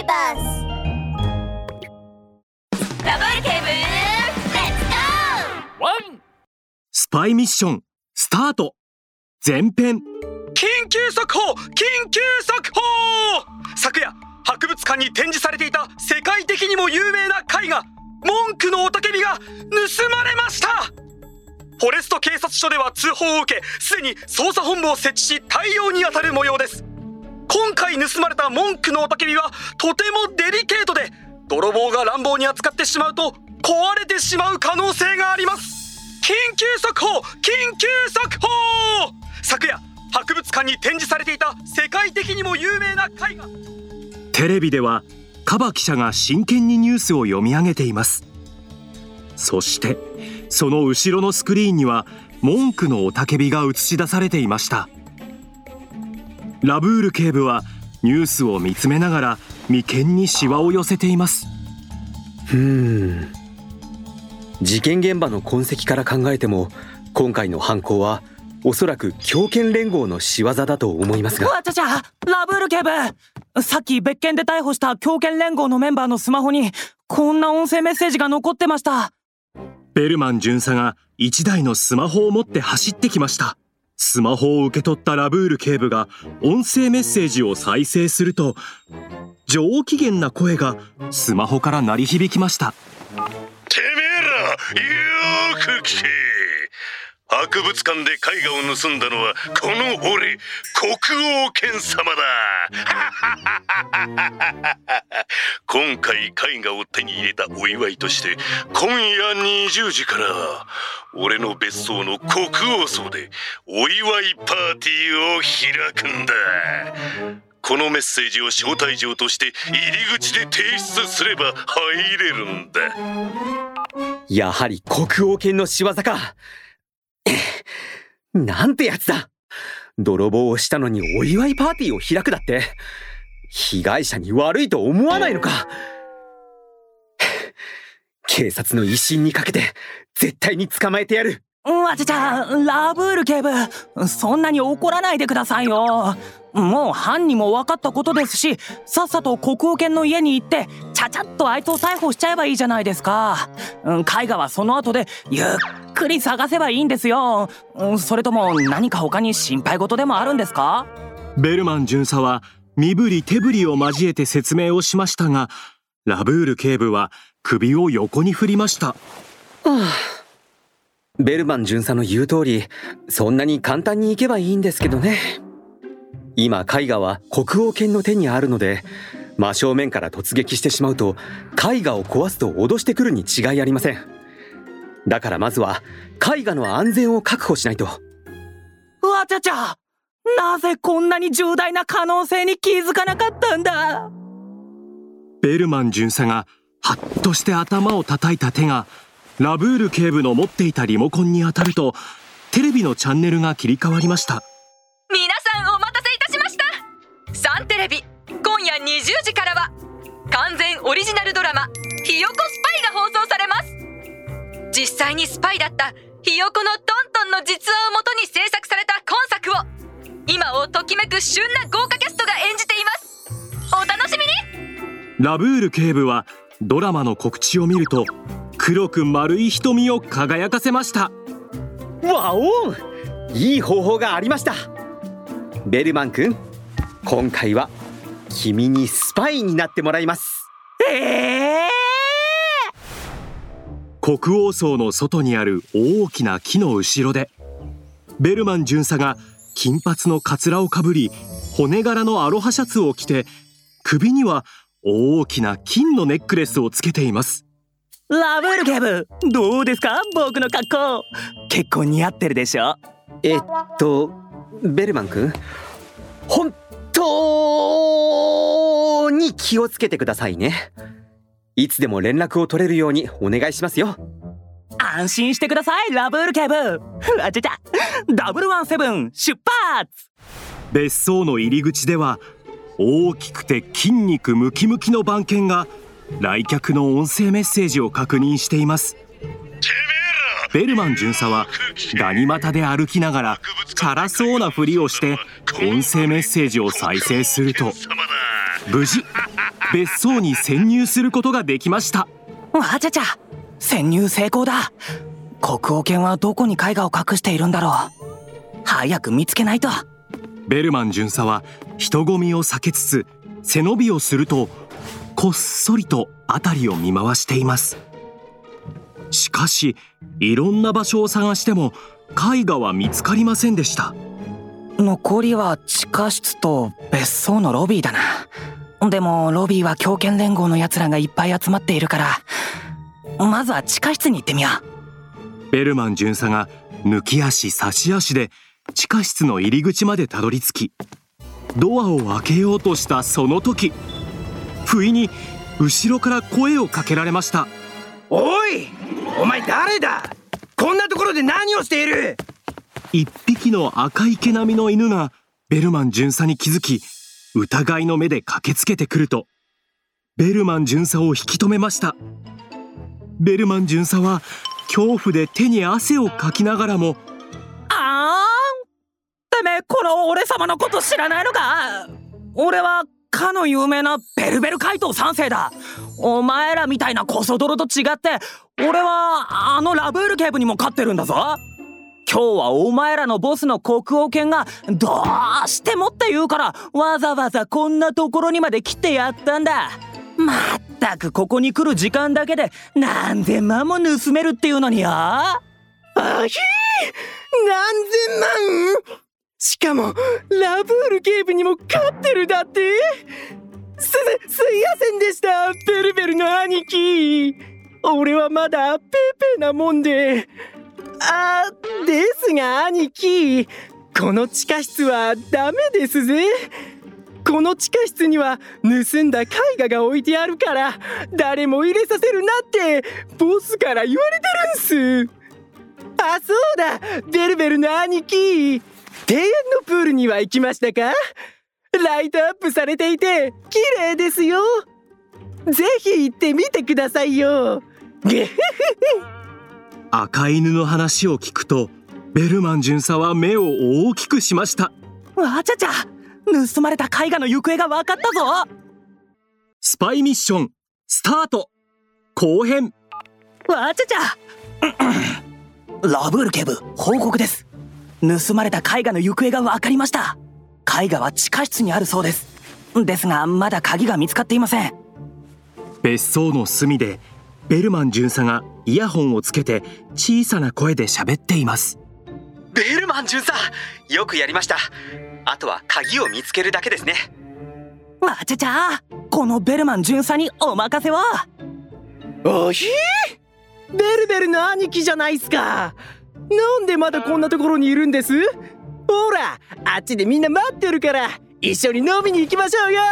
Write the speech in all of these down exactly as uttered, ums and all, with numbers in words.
バース。ラブール警部、レッツゴー。 ワンスパイミッションスタート。前編。 緊急速報、緊急速報。昨夜博物館に展示されていた世界的にも有名な絵画文句の雄たけびが盗まれました。フォレスト警察署では通報を受け、すでに捜査本部を設置し対応に当たる模様です。今回盗まれた文句の雄たけびはとてもデリケートで、泥棒が乱暴に扱ってしまうと壊れてしまう可能性があります。緊急速報、緊急速報。昨夜博物館に展示されていた世界的にも有名な絵画。 テレビではカバ記者が真剣にニュースを読み上げています。そしてその後ろのスクリーンには文句の雄たけびが映し出されていました。ラブール警部はニュースを見つめながら眉間にシワを寄せています。 うーん事件現場の痕跡から考えても、今回の犯行はおそらく狂犬連合の仕業だと思いますが。 わちゃちゃ、ラブール警部、さっき別件で逮捕した狂犬連合のメンバーのスマホにこんな音声メッセージが残ってました。 ベルマン巡査が一台のスマホを持って走ってきました。スマホを受け取ったラブール警部が音声メッセージを再生すると、上機嫌な声がスマホから鳴り響きました。 てめえらよーく聞け。博物館で絵画を盗んだのはこの俺、国王犬様だ。今回絵画を手に入れたお祝いとして、今夜にじゅうじから俺の別荘の国王荘でお祝いパーティーを開くんだ。このメッセージを招待状として入り口で提出すれば入れるんだ。 やはり国王犬の仕業か。なんてやつだ。泥棒をしたのにお祝いパーティーを開くだって。被害者に悪いと思わないのか。警察の威信にかけて絶対に捕まえてやる。 わちゃちゃ、ラブール警部、そんなに怒らないでくださいよ。もう犯人も分かったことですし、さっさと国王犬の家に行ってちゃちゃっとあいつを逮捕しちゃえばいいじゃないですか。絵画はその後でゆっくり探せばいいんですよ。それとも何か他に心配事でもあるんですか？ ベルマン巡査は身振り手振りを交えて説明をしましたが、ラブール警部は首を横に振りました。 はあ、ベルマン巡査の言う通り、そんなに簡単に行けばいいんですけどね。今絵画は国王犬の手にあるので、真正面から突撃してしまうと絵画を壊すと脅してくるに違いありません。だからまずは絵画の安全を確保しないと。 わちゃちゃ、なぜこんなに重大な可能性に気づかなかったんだ。 ベルマン巡査がハッとして頭を叩いた手がラブール警部の持っていたリモコンに当たると、テレビのチャンネルが切り替わりました。 皆さんお待たせいたしました。サンテレビ今夜にじゅうじからは完全オリジナルドラマ「ひよこスパイ」が放送されます。実際にスパイだったひよこのトントンの実話をもとに制作された今作を、今をときめく旬な豪華キャストが演じています。お楽しみに。 ラブール警部はドラマの告知を見ると黒く丸い瞳を輝かせました。 わお、いい方法がありました。ベルマン君、今回は君にスパイになってもらいます。 えー、 国王荘の外にある大きな木の後ろで、ベルマン巡査が金髪のカツラをかぶり、骨柄のアロハシャツを着て、首には大きな金のネックレスをつけています。 ラブール警部、どうですか？僕の格好結構似合ってるでしょ。 えっとベルマン君、本当に気をつけてくださいね。いつでも連絡を取れるようにお願いしますよ。 安心してください、ラブール警部。あちゃちゃ、ダブルワンセブン出発。 別荘の入り口では大きくて筋肉ムキムキの番犬が来客の音声メッセージを確認しています。ベルマン巡査はガニ股で歩きながらチャラそうなふりをして音声メッセージを再生すると、無事別荘に潜入することができました。 わちゃちゃ、潜入成功だ。国王犬はどこに絵画を隠しているんだろう。早く見つけないと。 ベルマン巡査は人混みを避けつつ背伸びをすると、こっそりと辺りを見回しています。しかしいろんな場所を探しても絵画は見つかりませんでした。 残りは地下室と別荘のロビーだな。でもロビーは狂犬連合のやつらがいっぱい集まっているから、まずは地下室に行ってみよう。ベルマン巡査が抜き足差し足で地下室の入り口までたどり着き、ドアを開けようとしたその時、不意に後ろから声をかけられました。 おい、お前誰だ？こんなところで何をしている？ 一匹の赤い毛並みの犬がベルマン巡査に気づき、疑いの目で駆けつけてくると、ベルマン巡査を引き止めました。ベルマン巡査は恐怖で手に汗をかきながらも、 あーん、てめえこの俺様のこと知らないのか？俺はかの有名なベルベル怪盗三世だ。お前らみたいなコソ泥と違って、俺はあのラブール警部にも勝ってるんだぞ。今日はお前らのボスの国王犬がどうしてもって言うから、わざわざこんなところにまで来てやったんだ。まったくここに来る時間だけで何千万も盗めるっていうのによ。 あひー、何千万？しかもラブール警部にも勝ってるだって？す、すいやせんでした、ベルベルの兄貴。俺はまだペーペーなもんで。あ、ですが兄貴、この地下室はダメですぜ。この地下室には盗んだ絵画が置いてあるから誰も入れさせるなってボスから言われてるんす。あ、そうだ、ベルベルの兄貴、庭園のプールには行きましたか？ライトアップされていて綺麗ですよ。ぜひ行ってみてくださいよ。 赤犬の話を聞くと、ベルマン巡査は目を大きくしました。 わちゃちゃ、盗まれた絵画の行方が分かったぞ。 スパイミッションスタート後編。 わちゃちゃラブール警部、報告です。盗まれた絵画の行方が分かりました。絵画は地下室にあるそうです。ですがまだ鍵が見つかっていません。 別荘の隅でベルマン巡査がイヤホンをつけて小さな声で喋っています。 ベルマン巡査、よくやりました。あとは鍵を見つけるだけですね。 わちゃちゃ、このベルマン巡査にお任せを。 おひー、ベルベルの兄貴じゃないっすか。なんでまだこんなところにいるんです？ほら、あっちでみんな待ってるから一緒に飲みに行きましょうよ。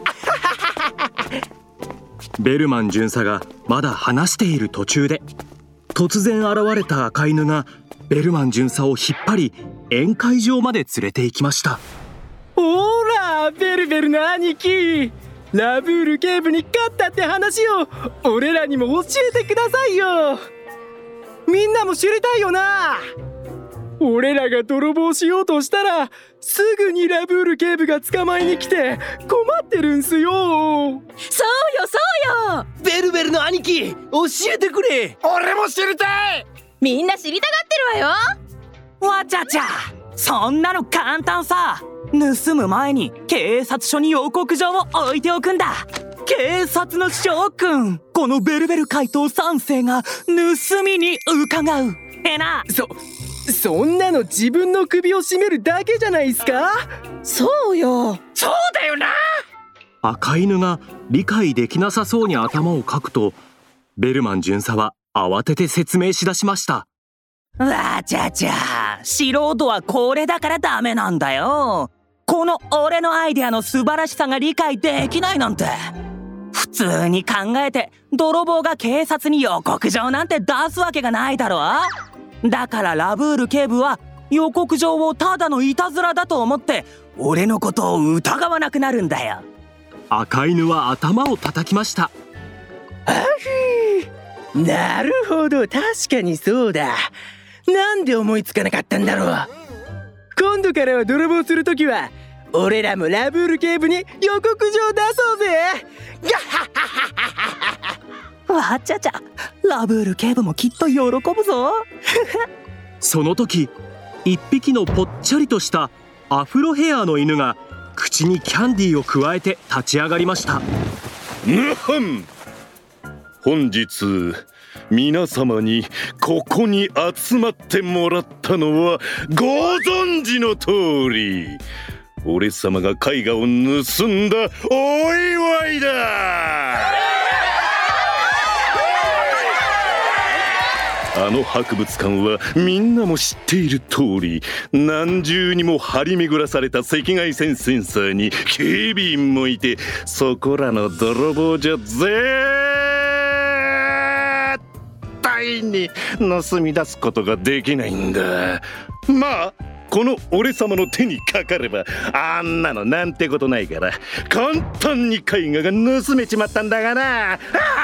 ベルマン巡査がまだ話している途中で、突然現れた赤犬がベルマン巡査を引っ張り宴会場まで連れて行きました。 ほら、ベルベルの兄貴、ラブール警部に勝ったって話を俺らにも教えてくださいよ。みんなも知りたいよな。俺らが泥棒しようとしたらすぐにラブール警部が捕まえに来て困ってるんすよ。そうよそうよ、 ベルベルの兄貴、教えてくれ。 俺も知りたい。 みんな知りたがってるわよ。 わちゃちゃ、そんなの簡単さ。盗む前に警察署に予告状を置いておくんだ。警察の諸君、このベルベル怪盗三世が盗みに伺う。えな。 そそんなの自分の首を絞めるだけじゃないですか。 そうよ。 そうだよな。 赤犬が理解できなさそうに頭をかくと、ベルマン巡査は慌てて説明しだしました。 わちゃちゃ、素人はこれだからダメなんだよ。この俺のアイデアの素晴らしさが理解できないなんて。普通に考えて泥棒が警察に予告状なんて出すわけがないだろ。だからラブール警部は予告状をただのいたずらだと思って俺のことを疑わなくなるんだよ。 赤犬は頭を叩きました。 あふー、なるほど、確かにそうだ。なんで思いつかなかったんだろう。今度からは泥棒するときは俺らもラブール警部に予告状出そうぜ。 わちゃちゃ、ラブール警部もきっと喜ぶぞ。 その時、一匹のぽっちゃりとしたアフロヘアの犬が口にキャンディーをくわえて立ち上がりました。 むはん、本日皆様にここに集まってもらったのはご存知の通り、俺様が絵画を盗んだお祝いだ。あの博物館はみんなも知っている通り、何重にも張り巡らされた赤外線センサーに警備員もいて、そこらの泥棒じゃ絶対に盗み出すことができないんだ。まあこの俺様の手にかかればあんなのなんてことないから、簡単に絵画が盗めちまったんだがな。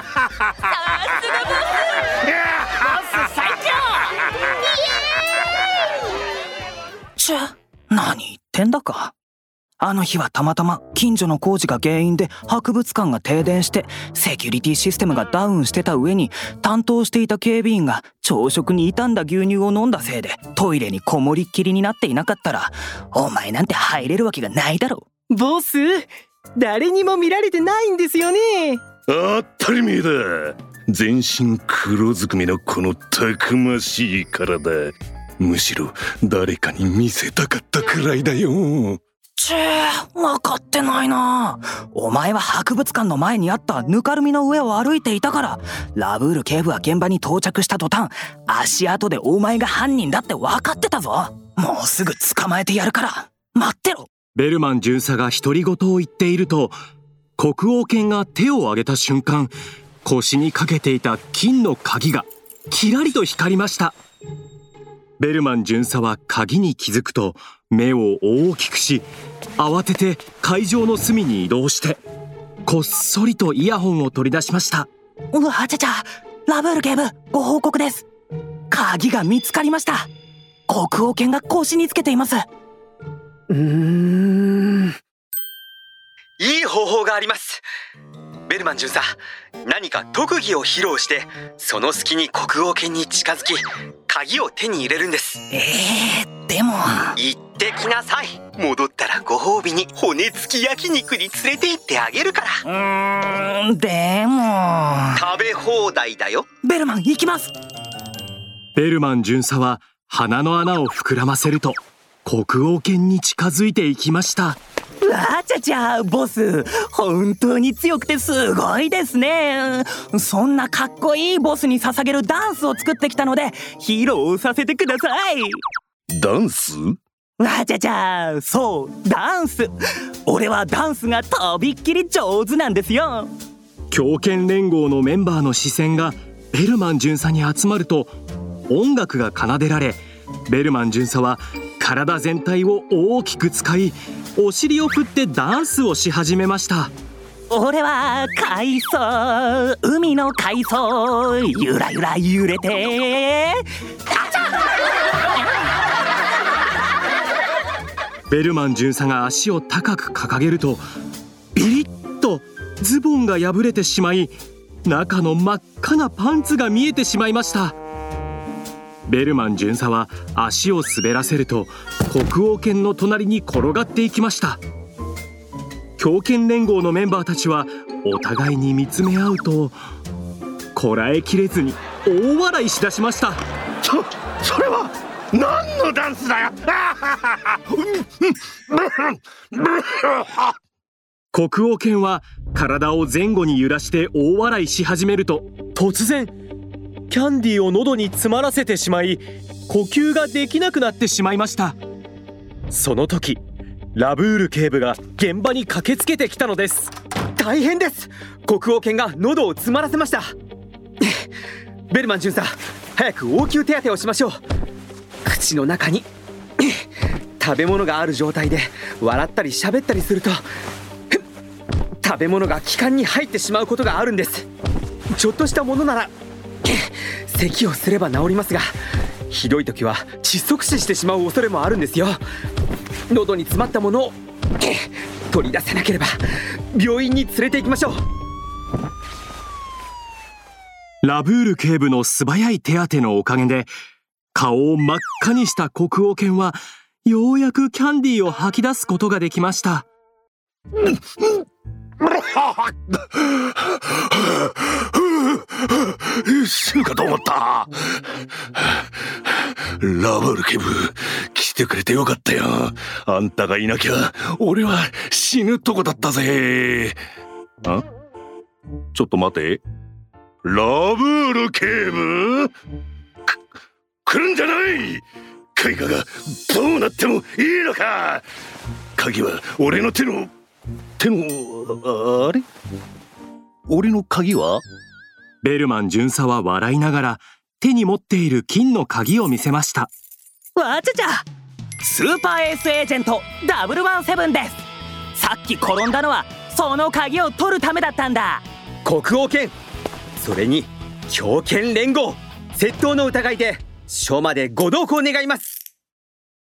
ちゅ、何言ってんだか。あの日はたまたま近所の工事が原因で博物館が停電してセキュリティシステムがダウンしてた上に、担当していた警備員が朝食に傷んだ牛乳を飲んだせいでトイレにこもりっきりになっていなかったら、お前なんて入れるわけがないだろ。 ボス、誰にも見られてないんですよね。 当たり前だ。全身黒ずくめのこのたくましい体、むしろ誰かに見せたかったくらいだよ。 ちぇ、分かってないな。お前は博物館の前にあったぬかるみの上を歩いていたから、ラブール警部は現場に到着した途端、足跡でお前が犯人だって分かってたぞ。もうすぐ捕まえてやるから待ってろ。 ベルマン巡査が独り言を言っていると、国王犬が手を挙げた瞬間、腰にかけていた金の鍵がキラリと光りました。ベルマン巡査は鍵に気づくと目を大きくし、慌てて会場の隅に移動してこっそりとイヤホンを取り出しました。 うわちゃちゃ、ラブール警部ご報告です。鍵が見つかりました。国王犬が腰につけています。 うーん、 いい方法があります。ベルマン巡査、何か特技を披露してその隙に国王犬に近づき鍵を手に入れるんです。 えー、でも行ってきなさい。戻ったらご褒美に骨付き焼肉に連れて行ってあげるから。 うーん、でも食べ放題だよ。 ベルマン行きます。 ベルマン巡査は鼻の穴を膨らませると国王犬に近づいていきました。 わちゃちゃ、ボス本当に強くてすごいですね。そんなかっこいいボスに捧げるダンスを作ってきたので披露させてください。 ダンス？ わちゃちゃ、そうダンス。俺はダンスがとびっきり上手なんですよ。 狂犬連合のメンバーの視線がベルマン巡査に集まると、音楽が奏でられ、ベルマン巡査は体全体を大きく使い、お尻を振ってダンスをし始めました。 俺は海藻、海の海藻、ゆらゆら揺れて、あちゃベルマン巡査が足を高く掲げると、ビリッとズボンが破れてしまい、中の真っ赤なパンツが見えてしまいました。ベルマン巡査は足を滑らせると国王犬の隣に転がっていきました。狂犬連合のメンバーたちはお互いに見つめ合うと、こらえきれずに大笑いしだしました。 そ、それは何のダンスだよ。 国王犬は体を前後に揺らして大笑いし始めると、突然キャンディーを喉に詰まらせてしまい、呼吸ができなくなってしまいました。その時ラブール警部が現場に駆けつけてきたのです。 大変です。国王犬が喉を詰まらせました。ベルマン巡査、早く応急手当てをしましょう。口の中に食べ物がある状態で笑ったり喋ったりすると、食べ物が気管に入ってしまうことがあるんです。ちょっとしたものなら咳をすれば治りますが、ひどい時は窒息死してしまう恐れもあるんですよ。喉に詰まったものを取り出せなければ病院に連れて行きましょう。 ラブール警部の素早い手当てのおかげで、顔を真っ赤にした国王犬はようやくキャンディーを吐き出すことができました。 死ぬかと思った。ラブール警部、来てくれてよかったよ。あんたがいなきゃ俺は死ぬとこだったぜ。あ？ちょっと待て。ラブール警部？く来るんじゃない。絵画がどうなってもいいのか。鍵は俺の手の手のあれ？俺の鍵は？ ベルマン巡査は笑いながら手に持っている金の鍵を見せました。 わちゃちゃ、スーパーエースエージェントダブルワンセブンです。さっき転んだのはその鍵を取るためだったんだ。 国王犬、それに狂犬連合、窃盗の疑いで署までご同行願います。